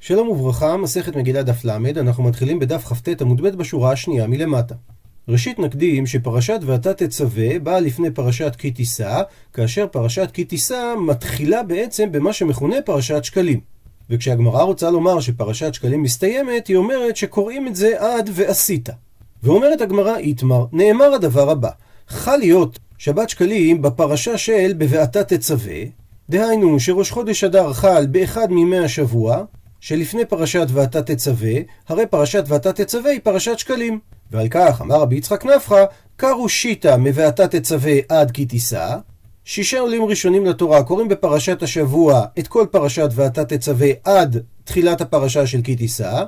שלום וברכה, מסכת מגילה דף ל', אנחנו מתחילים בדף כ"ט עמוד ב' בשורה השנייה מלמטה. ראשית נקדים שפרשת ואתה תצווה באה לפני פרשת כי תישא, כאשר פרשת כי תישא מתחילה בעצם במה שמכונה פרשת שקלים. וכשהגמרא רוצה לומר שפרשת שקלים מסתיימת, היא אומרת שקוראים את זה עד ועשית. ואומרת הגמרא איתמר, נאמר הדבר הבא, חל להיות שבת שקלים בפרשה של ב"ואתה תצווה", דהיינו שראש חודש אדר חל באחד מימי השבוע, שלפני פרשת ואתה תצווה, הרי פרשת ואתה תצווה היא פרשת שקלים. ועל כך אמר רבי יצחק נפחא, קרו שיטא מ"ואתה תצווה עד כי תישא. 6 עולים ראשונים לתורה קוראים בפרשת השבוע את כל פרשת ואתה תצווה עד תחילת הפרשה של כי תישא,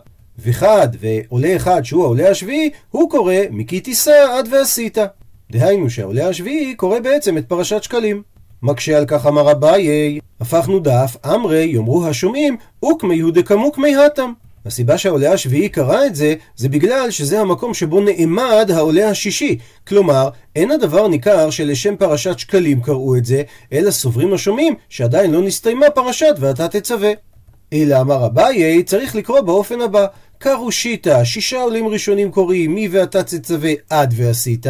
ועולה אחד שהוא העולה השביעי, הוא קורא מכי תישא עד ועשית. דהיינו שהעולה השביעי קורא בעצם את פרשת שקלים. מקשה על כך אמר אביי, הפכנו דף, אמרי יאמרו השומעים, אוקמי הוא דקמוקמי התם. הסיבה שהעולה השביעי קרא את זה, זה בגלל שזה המקום שבו נעמד העולה השישי. כלומר, אין הדבר ניכר שלשם פרשת שקלים קראו את זה, אלא סוברים השומעים שעדיין לא נסתיימה פרשת ואתה תצווה. אלא אמר אביי, צריך לקרוא באופן הבא, קרו שיטא, 6 עולים ראשונים קוראים מ"ואתה תצווה עד ועשית,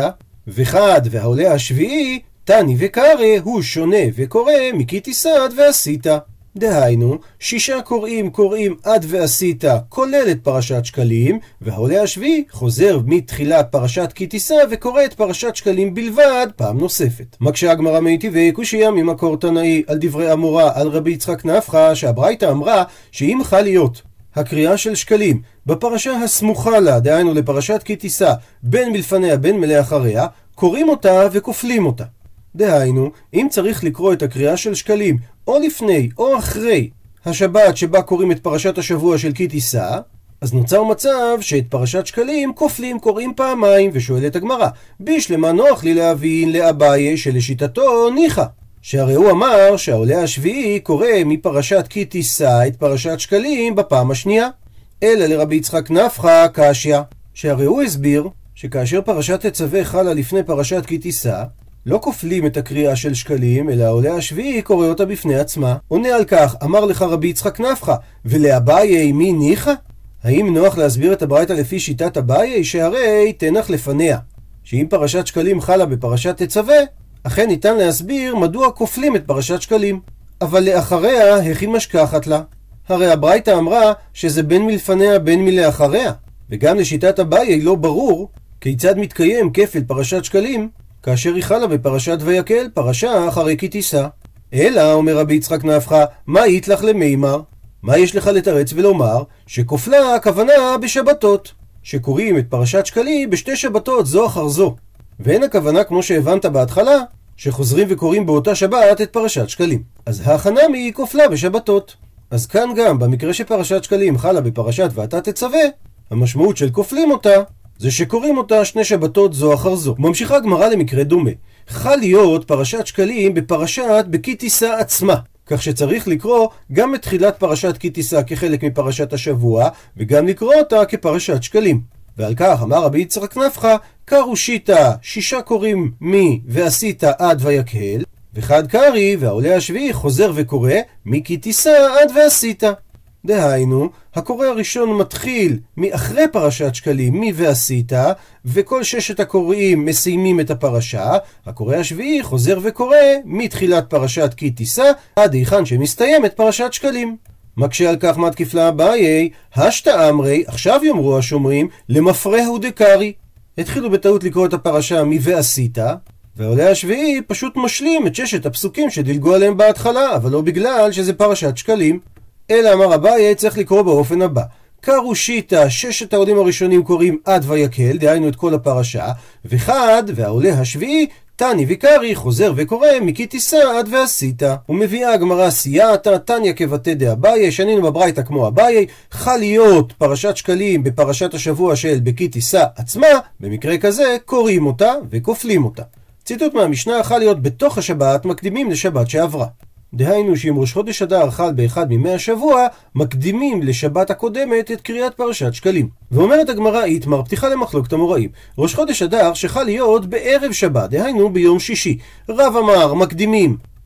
והעולה השביעי, תני וקרא, הוא שונה וקורא מכי תישא עד ועשית. דהיינו, 6 קוראים עד ועשית, כולל את פרשת שקלים, והעולה השביעי חוזר מתחילת פרשת כי תישא וקורא את פרשת שקלים בלבד פעם נוספת. מקשה הגמרא מיטיבי קושיה ממקור תנאי על דברי אמורה על רבי יצחק נפחא, שהברייתא אמרה שאם חל להיות הקריאה של שקלים בפרשה הסמוכה לה, דהיינו לפרשת כי תישא, בין מלפניה בין מלאחריה, קוראים אותה וכופלים אותה. דהיינו, אם צריך לקרוא את הקריאה של שקלים או לפני או אחרי השבת שבה קוראים את פרשת השבוע של כי תישא, אז נוצר מצב שאת פרשת שקלים כופלים קוראים פעמיים. ושואלת הגמרא, בשלמה נוח לי להבין לאביי שלשיטתו ניחא, שהרי הוא אמר שהעולה השביעי קורא מפרשת כי תישא את פרשת שקלים בפעם השנייה. אלא לרבי יצחק נפחא קשיא, שהרי הוא הסביר שכאשר פרשת תצווה חלה לפני פרשת כי תישא, לא כופלים את הקריאה של שקלים, אלא העולה השביעי קורא אותה בפני עצמה. עונה על כך, אמר לך רבי יצחק נפחא, ולאביי מי ניחא? האם נוח להסביר את הברייתא לפי שיטת אביי, שהרי תנח לפניה, שאם פרשת שקלים חלה בפרשת תצווה, אכן ניתן להסביר מדוע כופלים את פרשת שקלים. אבל לאחריה הכי משכחת לה. הרי הברייתא אמרה שזה בין מלפניה בין מלאחריה, וגם לשיטת אביי לא ברור כיצד מתקיים כפל פרשת שקלים כאשר היא חלה בפרשת ויקל, פרשה אחרי כי תישא. אלא, אומר רבי יצחק נפחא, מה יתלך למימר? מה יש לך לתרץ ולומר? שכופלה הכוונה בשבתות, שקוראים את פרשת שקלים בשתי שבתות זו אחר זו. ואין הכוונה כמו שהבנת בהתחלה, שחוזרים וקוראים באותה שבת את פרשת שקלים. אז ההכנמי היא כופלה בשבתות. אז כאן גם, במקרה שפרשת שקלים חלה בפרשת ואתה תצווה, המשמעות של כופלים אותה זה שקוראים אותה 2 שבתות זו אחר זו. ממשיכה הגמרא למקרה דומה. חל להיות פרשת שקלים בפרשת בכי תישא עצמה, כך שצריך לקרוא גם את תחילת פרשת כי תישא כחלק מפרשת השבוע, וגם לקרוא אותה כפרשת שקלים. ועל כך אמר רבי יצחק נפחא, קרו שיטא, 6 קוראים ועשית עד ויקהל, וחד קרי, והעולה השביעי חוזר וקורא מכי תישא עד ועשית. דהיינו, הקורא הראשון מתחיל מאחרי פרשת שקלים ועשית, וכל 6 הקוראים מסיימים את הפרשה. הקורא השביעי חוזר וקורא מתחילת פרשת כי תישא עד היכן שמסתיימת פרשת שקלים. מקשה על כך מתקיף לה אביי, השתא אמרי, עכשיו יאמרו השומרים, למפרהו דקרי. התחילו בטעות לקרוא את הפרשה ועשית, והעולה השביעי פשוט משלים את 6 הפסוקים שדילגו עליהם בהתחלה, אבל לא בגלל שזה פרשת שקלים. אלא אמר אביי, צריך לקרוא באופן הבא, קרו שיטא, 6 העולים הראשונים קוראים עד ויקל, דהיינו את כל הפרשה, והעולה השביעי, תני וקרא, חוזר וקורא מכי תישא עד ועשית. ומביאה הגמרא סייעתא, תניא כבתי דאביי, שנינו בברייתא כמו אביי, חל להיות פרשת שקלים בפרשת השבוע של בכי תישא עצמה, במקרה כזה קוראים אותה וכופלים אותה. ציטוט מהמשנה, חל להיות בתוך השבת מקדימים לשבת שעברה. דהיינו שאם ראש חודש אדר חל באחד מימי השבוע, מקדימים לשבת הקודמת את קריאת פרשת שקלים. ואומרת הגמרא איתמר, פתיחה למחלוקת המוראים, ראש חודש אדר שחל להיות בערב שבת, דהיינו ביום שישי. רב אמר מקדימים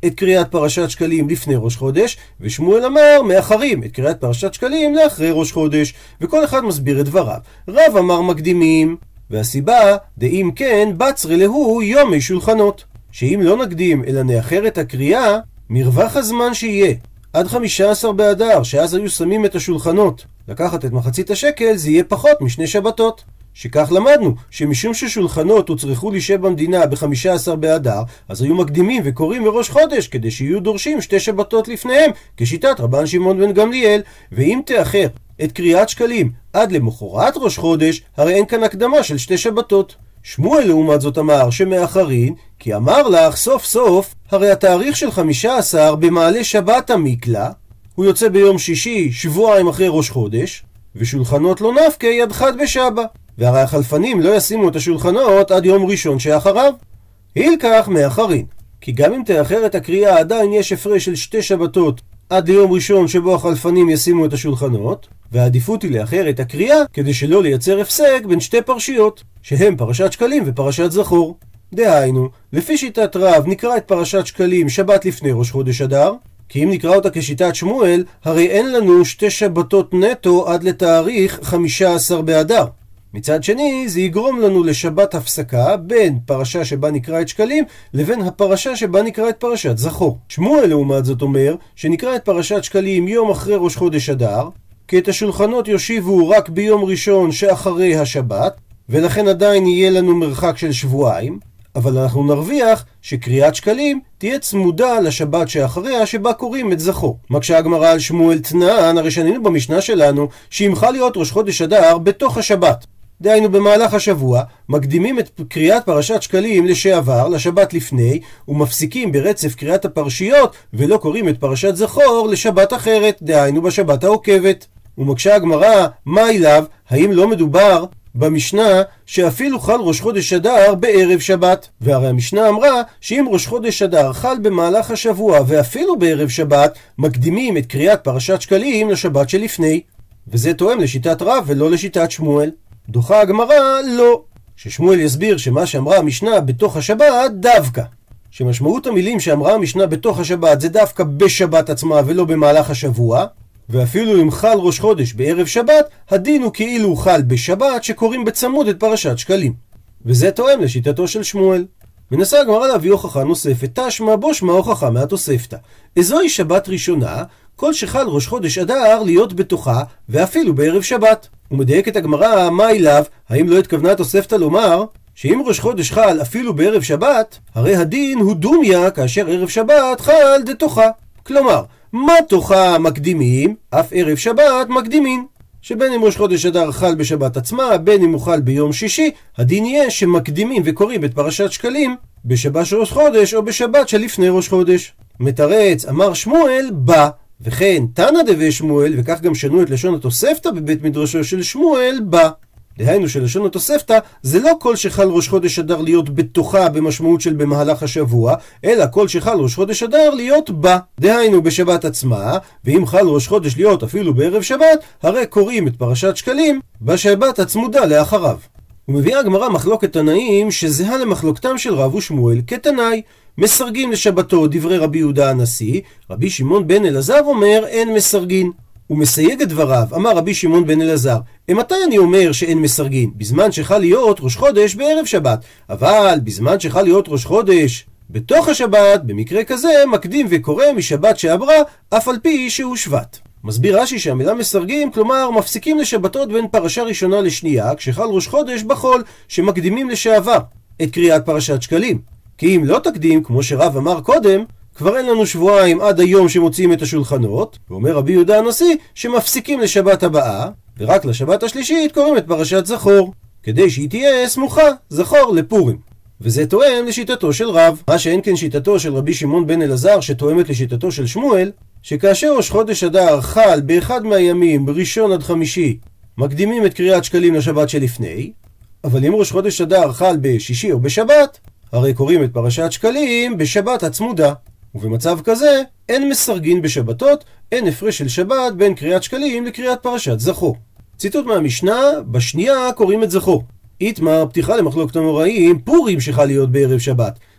את קריאת פרשת שקלים לפני ראש חודש, ושמואל אמר מאחרים את קריאת פרשת שקלים לאחרי ראש חודש, וכל אחד מסביר את דבריו. רב אמר מקדימים, והסיבה דאם כן בצרי להו יומי שולחנות, שאם לא נקדים אלא נאחר את הקריאה, מרווח הזמן שיהיה עד 15 באדר, שאז היו שמים את השולחנות, לקחת את מחצית השקל, זה יהיה פחות משני שבתות. שכך למדנו, שמשום ששולחנות הוצרכו להישב במדינה ב-15 באדר, אז היו מקדימים וקוראים מראש חודש, כדי שיהיו דורשים 2 שבתות לפניהם, כשיטת רבן שמעון בן גמליאל. ואם תאחר את קריאת שקלים עד למחרת ראש חודש, הרי אין כאן הקדמה של 2 שבתות. שמואל לעומת זאת אמר שמאחרין, כי אמר לך סוף סוף, הרי התאריך של 15 במעלה שבת המקלה, הוא יוצא ביום שישי, שבועיים אחרי ראש חודש, ושולחנות לא נפקי עד חד בשבא, והרי החלפנים לא ישימו את השולחנות עד יום ראשון שאחריו. הילקח מאחרין, כי גם אם תאחר את הקריאה עדיין יש הפרש של 2 שבתות עד ליום ראשון שבו החלפנים ישימו את השולחנות, והעדיפות היא לאחר את הקריאה כדי שלא לייצר הפסק בין 2 פרשיות, שהם פרשת שקלים ופרשת זכור. דהיינו, לפי שיטת רב נקרא את פרשת שקלים שבת לפני ראש חודש אדר, כי אם נקרא אותה כשיטת שמואל, הרי אין לנו 2 שבתות נטו עד לתאריך 15 באדר. מצד שני, זה יגרום לנו לשבת הפסקה בין פרשה שבה נקרא את שקלים לבין הפרשה שבה נקרא את פרשת זכור. שמואל לעומת זאת אומר שנקרא את פרשת שקלים יום אחרי ראש חודש אדר, כי את השולחנות יושיבו רק ביום ראשון שאחרי השבת, ולכן עדיין יהיה לנו מרחק של שבועיים, אבל אנחנו נרוויח שקריאת שקלים תהיה צמודה לשבת שאחריה שבה קוראים את זכור. מקשה הגמרא על שמואל תנן, הרי שנינו במשנה שלנו שאם חל להיות ראש חודש אדר בתוך השבת, דהיינו במהלך השבוע, מקדימים את קריאת פרשת שקלים לשעבר, לשבת לפני, ומפסיקים ברצף קריאת הפרשיות ולא קוראים את פרשת זכור לשבת אחרת, דהיינו בשבת העוקבת. ומקשה הגמרא, מה אליו? האם לא מדובר במשנה שאפילו חל ראש חודש אדר בערב שבת? והרי המשנה אמרה שאם ראש חודש אדר חל במהלך השבוע ואפילו בערב שבת, מקדימים את קריאת פרשת שקלים לשבת שלפני, וזה תואם לשיטת רב ולא לשיטת שמואל. דוחה הגמרא לא, ששמואל יסביר שמה שאמרה המשנה בתוך השבת דווקא, שמשמעות המילים שאמרה המשנה בתוך השבת זה דווקא בשבת עצמה ולא במהלך השבוע, ואפילו אם חל ראש חודש בערב שבת, הדין הוא כאילו חל בשבת שקוראים בצמוד את פרשת שקלים, וזה תואם לשיטתו של שמואל. מנסה הגמרא להביא הוכחה נוספת, תשמע בו שמע הוכחה מהתוספתא. איזוהי שבת ראשונה כל שחל ראש חודש אדר להיות בתוכה ואפילו בערב שבת. ומדייק את הגמרא, מה אליו? האם לא התכוונה התוספתא לומר שאם ראש חודש חל אפילו בערב שבת, הרי הדין הוא דומיה כאשר ערב שבת חל דתוכה. כלומר, מה תוכה מקדימים? אף ערב שבת מקדימים. שבין אם ראש חודש אדר חל בשבת עצמה, בין אם הוא חל ביום שישי, הדין יהיה שמקדימים וקוראים את פרשת שקלים בשבת של ראש חודש או בשבת שלפני ראש חודש. מתרץ, אמר שמואל, בא. וכן תנא דבי שמואל, וכך גם שנו את לשון התוספתא בבית מדרשו של שמואל, בא. דהיינו שלשון התוספתא זה לא כל שחל ראש חודש אדר להיות בתוכה במשמעות של במהלך השבוע, אלא כל שחל ראש חודש אדר להיות בה, דהיינו בשבת עצמה, ואם חל ראש חודש להיות אפילו בערב שבת, הרי קוראים את פרשת שקלים בשבת הצמודה לאחריו. ומביאה הגמרא מחלוקת תנאים שזהה למחלוקתם של רב ושמואל כתנאי. מסרגין לשבתו דברי רבי יהודה הנשיא, רבי שמעון בן אלעזר אומר אין מסרגין. הוא מסייג את דבריו, אמר רבי שמעון בן אלעזר, מתי אני אומר שאין מסרגין? בזמן שחל להיות ראש חודש בערב שבת, אבל בזמן שחל להיות ראש חודש בתוך השבת, במקרה כזה מקדים וקורא משבת שעברה אף על פי שהוא שבט. מסביר רש"י שהמילה מסרגים, כלומר מפסיקים לשבתות בין פרשה ראשונה לשנייה כשחל ראש חודש בחול, שמקדימים לשעבר את קריאת פרשת שקלים. כי אם לא תקדים, כמו שרב אמר קודם, כבר אין לנו שבועיים עד היום שמוצאים את השולחנות, ואומר רבי יהודה הנשיא שמפסיקים לשבת הבאה, ורק לשבת השלישית קוראים את פרשת זכור, כדי שהיא תהיה סמוכה, זכור לפורים. וזה תואם לשיטתו של רב. מה שאין כן שיטתו של רבי שמעון בן אלעזר שתואמת לשיטתו של שמואל, שכאשר ראש חודש אדר חל באחד מהימים ראשון עד חמישי, מקדימים את קריאת שקלים לשבת שלפני, אבל אם ראש חודש אדר חל בשישי או בשבת, הרי קוראים את פרשת שקלים בשבת הצמודה. ובמצב כזה אין מסרגין בשבתות, אין הפרש של שבת בין קריאת שקלים לקריאת פרשת זכור. ציטוט מהמשנה, בשנייה קוראים את זכור. איתמר, פתיחה למחלוקת המוראים, פורים שחל להיות בערב שבת.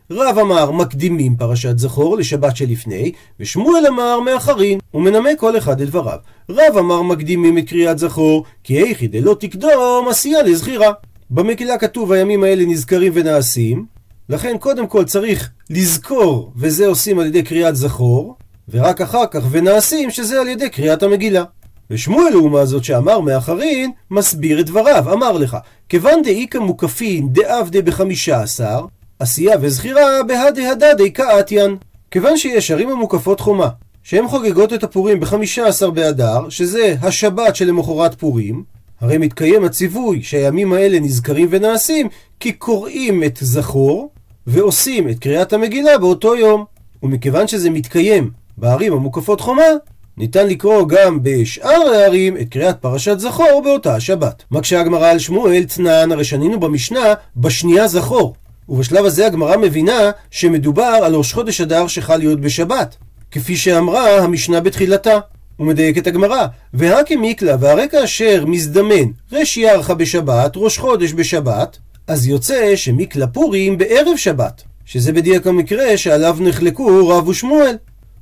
רב אמר מקדימים פרשת זכור לשבת שלפני, ושמואל אמר מאחרין, ומנמק כל אחד את דבריו. רב אמר מקדימים את קריאת זכור, כי היכי דלא תקדום עשייה לזכירה. במגילה כתוב הימים האלה נזכרים ונעשים, לכן קודם כל צריך לזכור, וזה עושים על ידי קריאת זכור, ורק אחר כך ונעשים, שזה על ידי קריאת המגילה. ושמואל לעומת זאת שאמר מאחרין, מסביר את דבריו, אמר לך, כיוון דאיקה מוקפין דאבדה ב15, עשייה וזכירה בהדה הדדי כאתיין. כיוון שיש ערים המוקפות חומה, שהן חוגגות את הפורים ב15 באדר, שזה השבת שלמחרת פורים, הרי מתקיים הציווי שהימים האלה נזכרים ונעשים, כי קוראים את זכור, ועושים את קריאת המגילה באותו יום. ומכיוון שזה מתקיים בערים המוקפות חומה, ניתן לקרוא גם בשאר הערים את קריאת פרשת זכור באותה השבת. מקשה הגמרא על שמואל תנן, הרי שנינו במשנה בשנייה זכור, ובשלב הזה הגמרא מבינה שמדובר על ראש חודש אדר שחל להיות בשבת, כפי שאמרה המשנה בתחילתה. ומדייקת הגמרא, והקי מיקלה, והרי כאשר מזדמן רשי ארכה בשבת, ראש חודש בשבת, אז יוצא שמיקלה פורים בערב שבת, שזה בדיוק המקרה שעליו נחלקו רב ושמואל.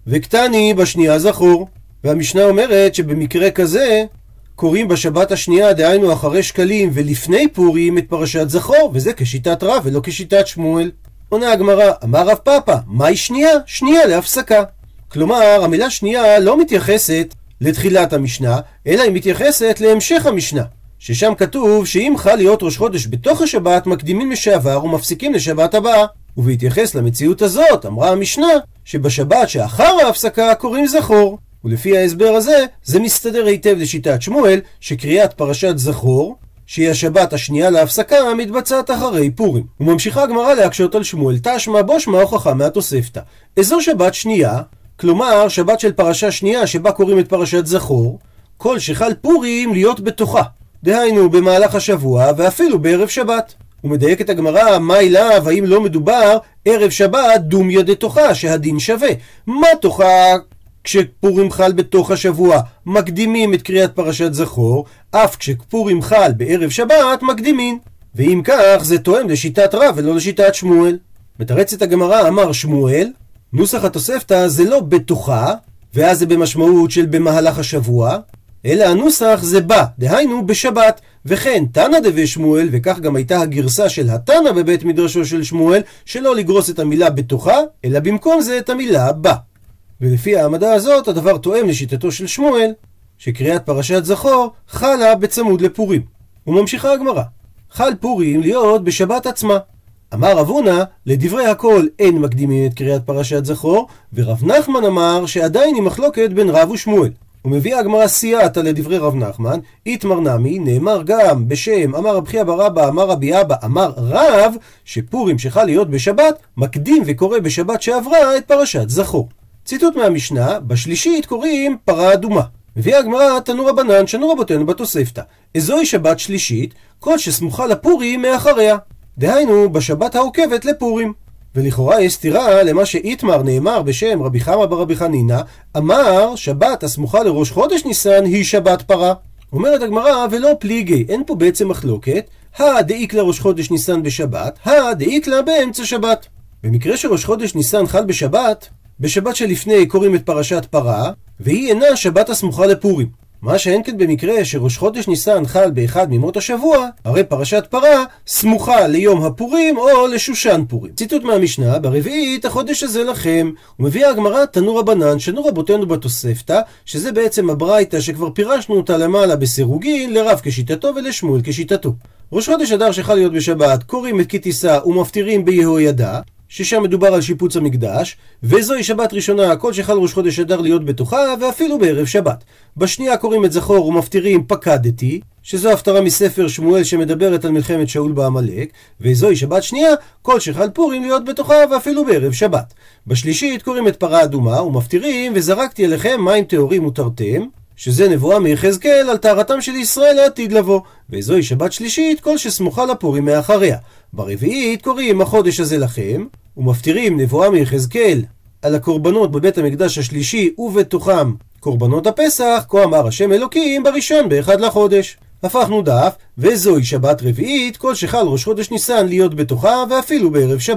וקטני בשנייה זכור, והמשנה אומרת שבמקרה כזה קוראים בשבת השנייה, דהיינו אחרי שקלים ולפני פורים, את פרשת זכור, וזה כשיטת רב ולא כשיטת שמואל. עונה הגמרא, אמר רב פאפא, מהי שנייה? שנייה להפסקה. כלומר, המילה שנייה לא מתייחסת לתחילת המשנה, אלא היא מתייחסת להמשך המשנה, ששם כתוב שאם חל להיות ראש חודש בתוך השבת, מקדימים לשעבר ומפסיקים לשבת הבאה. ובהתייחס למציאות הזאת, אמרה המשנה שבשבת שאחר ההפסקה קוראים זכור. ולפי ההסבר הזה, זה מסתדר היטב לשיטת שמואל, שקריאת פרשת זכור, שהיא השבת השנייה להפסקה, מתבצעת אחרי פורים. וממשיכה הגמרא להקשות על שמואל, תשמע בושמע הוכחה מהתוספתא. איזו שבת שנייה, כלומר שבת של פרשה שנייה שבה קוראים את פרשת זכור, כל שחל פורים להיות בתוכה, דהיינו במהלך השבוע ואפילו בערב שבת. ומדייק את הגמרא, מה אליו, האם לא מדובר ערב שבת דומיה דתוכה, שהדין שווה. מה תוכה? כשפורים חל בתוך השבוע מקדימים את קריאת פרשת זכור, אף כשפורים חל בערב שבת מקדימים. ואם כך זה תואם לשיטת רב ולא לשיטת שמואל. מתרצת הגמרא, אמר שמואל, נוסח התוספתא זה לא בתוכה, ואז זה במשמעות של במהלך השבוע, אלא הנוסח זה בא, דהיינו בשבת. וכן תנא דבי שמואל, וכך גם הייתה הגרסה של התנא בבית מדרשו של שמואל, שלא לגרוס את המילה בתוכה, אלא במקום זה את המילה בא. ולפי העמדה הזאת הדבר תואם לשיטתו של שמואל, שקריאת פרשת זכור חלה בצמוד לפורים. וממשיכה הגמרא, חל פורים להיות בשבת עצמה. אמר רב הונא, לדברי הכל אין מקדימים את קריאת פרשת זכור, ורב נחמן אמר שעדיין היא מחלוקת בין רב ושמואל. ומביאה הגמרא סייעתא לדברי רב נחמן, איתמר נמי, נאמר גם בשם אמר רב חייא בר אבא אמר רבי אבא אמר רב, שפורים שחל להיות בשבת מקדים וקורא בשבת שעברה את פרשת זכור. ציטוט מהמשנה, בשלישית קוראים פרה אדומה. מביאה הגמרא תנו רבנן שנו רבותינו בתוספתא, איזוהי שבת שלישית? כל שסמוכה לפורים מאחריה, דהיינו בשבת העוקבת לפורים. ולכאורה יש סתירה למה שאיתמר נאמר בשם רבי חמא בר רבי חנינא, אמר שבת הסמוכה לראש חודש ניסן היא שבת פרה. אומרת הגמרא, ולא פליגי, אין פה בעצם מחלוקת, דאיקלה ראש חודש ניסן בשבת, דאיקלה באמצע שבת. במקרה שראש חודש ניסן חל בשבת, בשבת שלפני קוראים את פרשת פרה, והיא אינה שבת הסמוכה לפורים. מה שאין כן במקרה שראש חודש ניסן חל באחד מימות השבוע, הרי פרשת פרה סמוכה ליום הפורים או לשושן פורים. ציטוט מהמשנה, ברביעית החודש הזה לכם. ומביאה הגמרא תנו רבנן שנו רבותינו בתוספתא, שזה בעצם הברייתא שכבר פירשנו אותה למעלה בסירוגין, לרב כשיטתו ולשמואל כשיטתו. ראש חודש אדר שחל להיות בשבת קוראים את כי תישא ומפטירים ביהוידע, ששם מדובר על שיפוץ המקדש, וזוהי שבת ראשונה, כל שחל ראש חודש אדר להיות בתוכה, ואפילו בערב שבת. בשנייה קוראים את זכור ומפטירים פקדתי, שזו הפטרה מספר שמואל שמדברת על מלחמת שאול בעמלק, וזוהי שבת שנייה, כל שחל פורים להיות בתוכה, ואפילו בערב שבת. בשלישית קוראים את פרה אדומה ומפטירים וזרקתי אליכם מים טהורים ותרתם, שזה נבואה מיחזקאל על טהרתם של ישראל לעתיד לבוא, וזוהי שבת שלישית, כל שסמוכה לפורים מאחריה. ברביעית קוראים החודש הזה לכם, ומפטירים נבואה מיחזקאל על הקורבנות בבית המקדש השלישי ובתוכם קורבנות הפסח, כה אמר השם אלוקים בראשון באחד לחודש. הפכנו דף, וזוהי שבת רביעית, כל שחל ראש חודש ניסן להיות בתוכה ואפילו בערב שבת.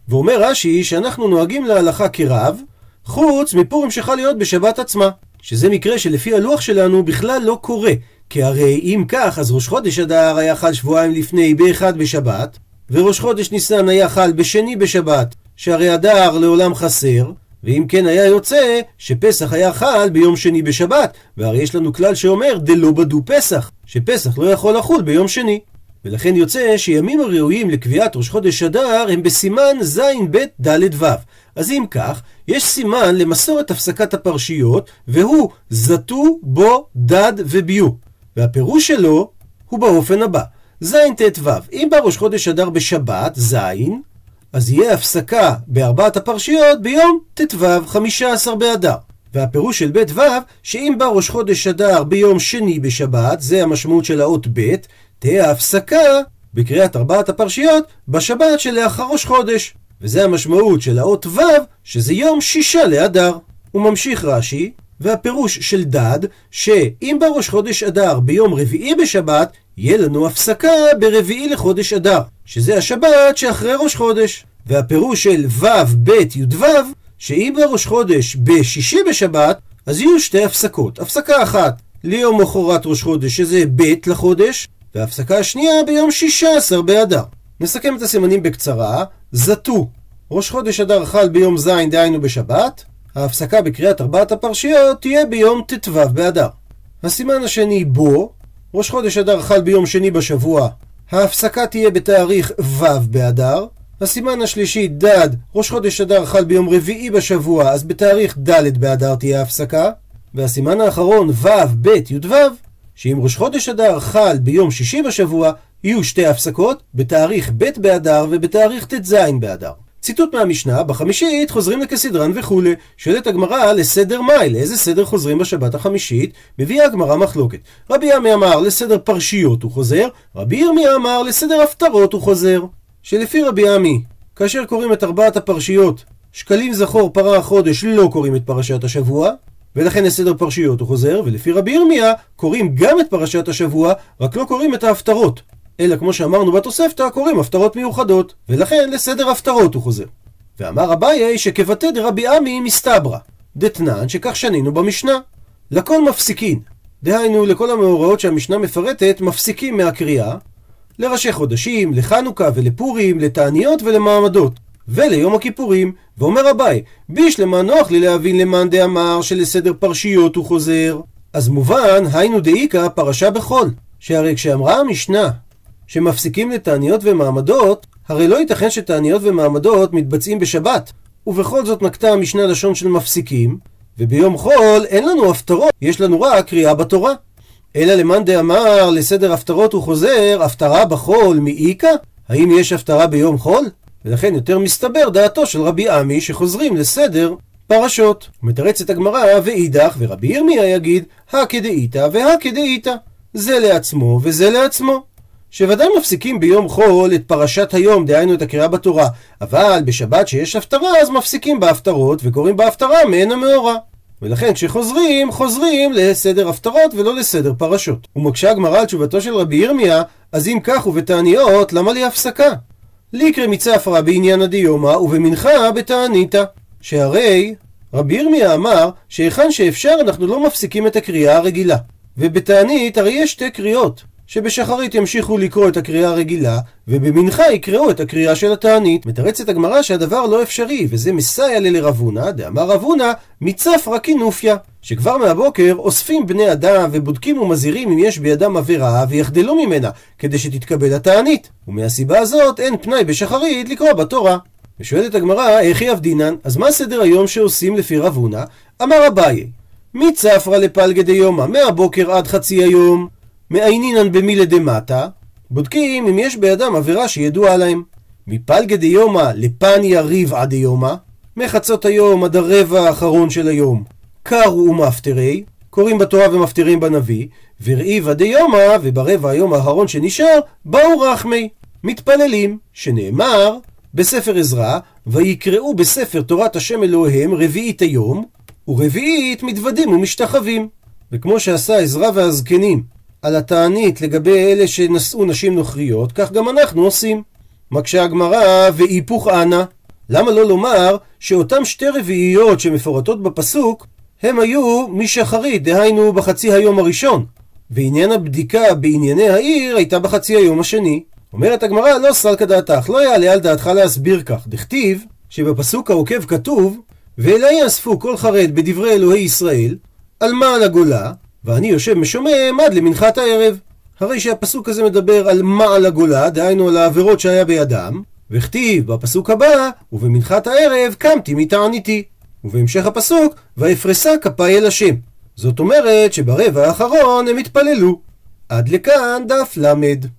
ואומר רש"י שאנחנו נוהגים להלכה כרב, חוץ מפורים שחל להיות בשבת עצמה, שזה מקרה שלפי הלוח שלנו בכלל לא קורה, כי הרי אם כך, אז ראש חודש אדר היה חל שבועיים לפני באחד בשבת, וראש חודש ניסן היה חל בשני בשבת, שהרי אדר לעולם חסר, ואם כן היה יוצא שפסח היה חל ביום שני בשבת, והרי יש לנו כלל שאומר דלא בדו פסח, שפסח לא יכול לחול ביום שני. ולכן יוצא שימים הראויים לקביעת ראש חודש אדר הם בסימן ז' ב' ד' ו'. אז אם כך, יש סימן למסורת הפסקת הפרשיות, והוא זתו בו דד וביו. והפירוש שלו הוא באופן הבא: ז' ט' ו'. אם בא ראש חודש אדר בשבת, ז', אז יהיה הפסקה בארבעת הפרשיות ביום ט' ו' 15 באדר. והפירוש של ב' ו' שאם בא ראש חודש אדר ביום שני בשבת, זה המשמעות של האות ב', תהיה ההפסקה בקריאת ארבעת הפרשיות בשבת שלאחר ראש חודש, וזה המשמעות של האות ו' שזה יום 6 לאדר. הוא ממשיך רש"י, והפירוש של דד שאם בא ראש חודש אדר ביום רביעי בשבת, יהיה לנו הפסקה ברביעי לחודש אדר, שזה השבת שאחרי ראש חודש. והפירוש של ו' ב' י' ו' שאם בא ראש חודש בשישי בשבת, אז יהיו שתי הפסקות: הפסקה אחת ליום מחרת ראש חודש שזה ב' לחודש, וההפסקה השנייה ביום 16 באדר. נסכם את הסימנים בקצרה. זתו, ראש חודש אדר חל ביום ז' דהיינו בשבת, ההפסקה בקריאת ארבעת הפרשיות תהיה ביום ט' ו' באדר. הסימן השני בו, ראש חודש אדר חל ביום שני בשבוע, ההפסקה תהיה בתאריך ו' באדר. הסימן השלישי דד, ראש חודש אדר חל ביום רביעי בשבוע, אז בתאריך ד' באדר תהיה ההפסקה. והסימן האחרון ו' ב' י' ו' שאם ראש חודש אדר חל ביום שישי בשבוע, יהיו שתי הפסקות בתאריך ב' באדר ובתאריך ט"ז באדר. ציטוט מהמשנה: בחמישית חוזרים לכסדרן וכו'. שואלת הגמרא לסדר מאי, לאיזה סדר חוזרים בשבת החמישית? מביאה הגמרא מחלוקת. רבי עמי אמר לסדר פרשיות הוא חוזר, רבי ירמיה אמר לסדר הפטרות הוא חוזר. שלפי רבי עמי, כאשר קוראים את ארבעת הפרשיות שקלים זכור פרה החודש, לא קוראים את פרשת השבוע, ולכן לסדר פרשיות הוא חוזר. ולפי רבי ירמיה קוראים גם את פרשת השבוע, רק לא קוראים את ההפטרות, אלא כמו שאמרנו בתוספתא קוראים הפטרות מיוחדות, ולכן לסדר הפטרות הוא חוזר. ואמר אביי שכבתי דרבי עמי מסתברא דתנן, שכך שנינו במשנה: לכל מפסיקין, דהיינו לכל המאורעות שהמשנה מפרטת מפסיקים מהקריאה, לראשי חודשים, לחנוכה ולפורים, לתעניות ולמעמדות, וליום הכיפורים. ואומר אביי: בישלמה נוח לי להבין למאן דאמר שלסדר פרשיות הוא חוזר. אז מובן היינו דאיקה פרשה בחול, שהרי כשאמרה המשנה שמפסיקים לתעניות ומעמדות, הרי לא ייתכן שתעניות ומעמדות מתבצעים בשבת, ובכל זאת נקטה המשנה לשון של מפסיקים, וביום חול אין לנו הפטרות, יש לנו רק קריאה בתורה. אלא למאן דאמר לסדר הפטרות הוא חוזר, הפטרה בחול מאיקה? האם יש הפטרה ביום חול? ולכן יותר מסתבר דעתו של רבי עמי שחוזרים לסדר פרשות. מתרצת הגמרא: ואידך, ורבי ירמיה יגיד הכדאיתא והכדאיתא, זה לעצמו וזה לעצמו, שוודאי מפסיקים ביום חול את פרשת היום, דהיינו את הקריאה בתורה, אבל בשבת שיש הפטרה אז מפסיקים בהפטרות וקוראים בהפטרה מעין המאורע, ולכן כשחוזרים, חוזרים לסדר הפטרות ולא לסדר פרשות. ומקשה הגמרא על תשובתו של רבי ירמיה: אז אם כך ובתעניות למה לי הפסקה? ליקרא מצפרא בעניין הדיומא ובמנחה בתעניתא, שהרי רבי ירמיה אמר שהיכן שאפשר אנחנו לא מפסיקים את הקריאה הרגילה, ובתענית הרי יש שתי קריאות, שבשחרית ימשיכו לקרוא את הקריאה הרגילה, ובמנחה יקראו את הקריאה של התענית. מתרצת הגמרא שהדבר לא אפשרי, וזה מסייע לרב הונא, דאמר רב הונא מצפרא כינופיה, שכבר מהבוקר אוספים בני אדם ובודקים ומזהירים אם יש בידם עבירה ויחדלו ממנה, כדי שתתקבל התענית, ומהסיבה הזאת אין פנאי בשחרית לקרוא בתורה. ושואלת הגמרא: איך היא אבדינן? אז מה סדר היום שעושים לפי רב הונא? אמר אביי: מצפרא לפלגא דיומא, מהבוקר עד חצי היום, מעיינינן במילי דמטה, בודקים אם יש בידם עבירה שידועה להם. מפלגא דיומא לפניה ריבעא דיומא, מחצות היום עד הרבע האחרון של היום קרו ומפטרי, קוראים בתורה ומפטרים בנביא, ורעיבא דיומא, וברבע היום האחרון שנשאר באו רחמי, מתפללים, שנאמר בספר עזרא: ויקראו בספר תורת השם אלוהיהם רביעית היום, ורביעית מתוודים ומשתחווים. וכמו שעשה עזרא והזקנים על התענית לגבי אלה שנשאו נשים נוכריות, כך גם אנחנו עושים. מקשה הגמרא: והיפוך אנא, למה לא לומר שאותם 2/4 שמפורטות בפסוק הם היו משחרית, דהיינו בחצי היום הראשון, ועניין הבדיקה בענייני העיר הייתה בחצי היום השני. אומרת הגמרא, לא סלקא דעתך, לא יעלה על דעתך להסביר כך. דכתיב שבפסוק העוקב כתוב, ואלי יאספו כל חרד בדברי אלוהי ישראל על מעל הגולה, ואני יושב משומם עד למנחת הערב. הרי שהפסוק הזה מדבר על מעל הגולה, דהיינו על העבירות שהיה בידם, וכתיב בפסוק הבא, ובמנחת הערב קמתי מתעניתי. ובהמשך הפסוק, ואפרסה כפיי אל השם. זאת אומרת שברבע האחרון הם התפללו. עד לכאן דף למד.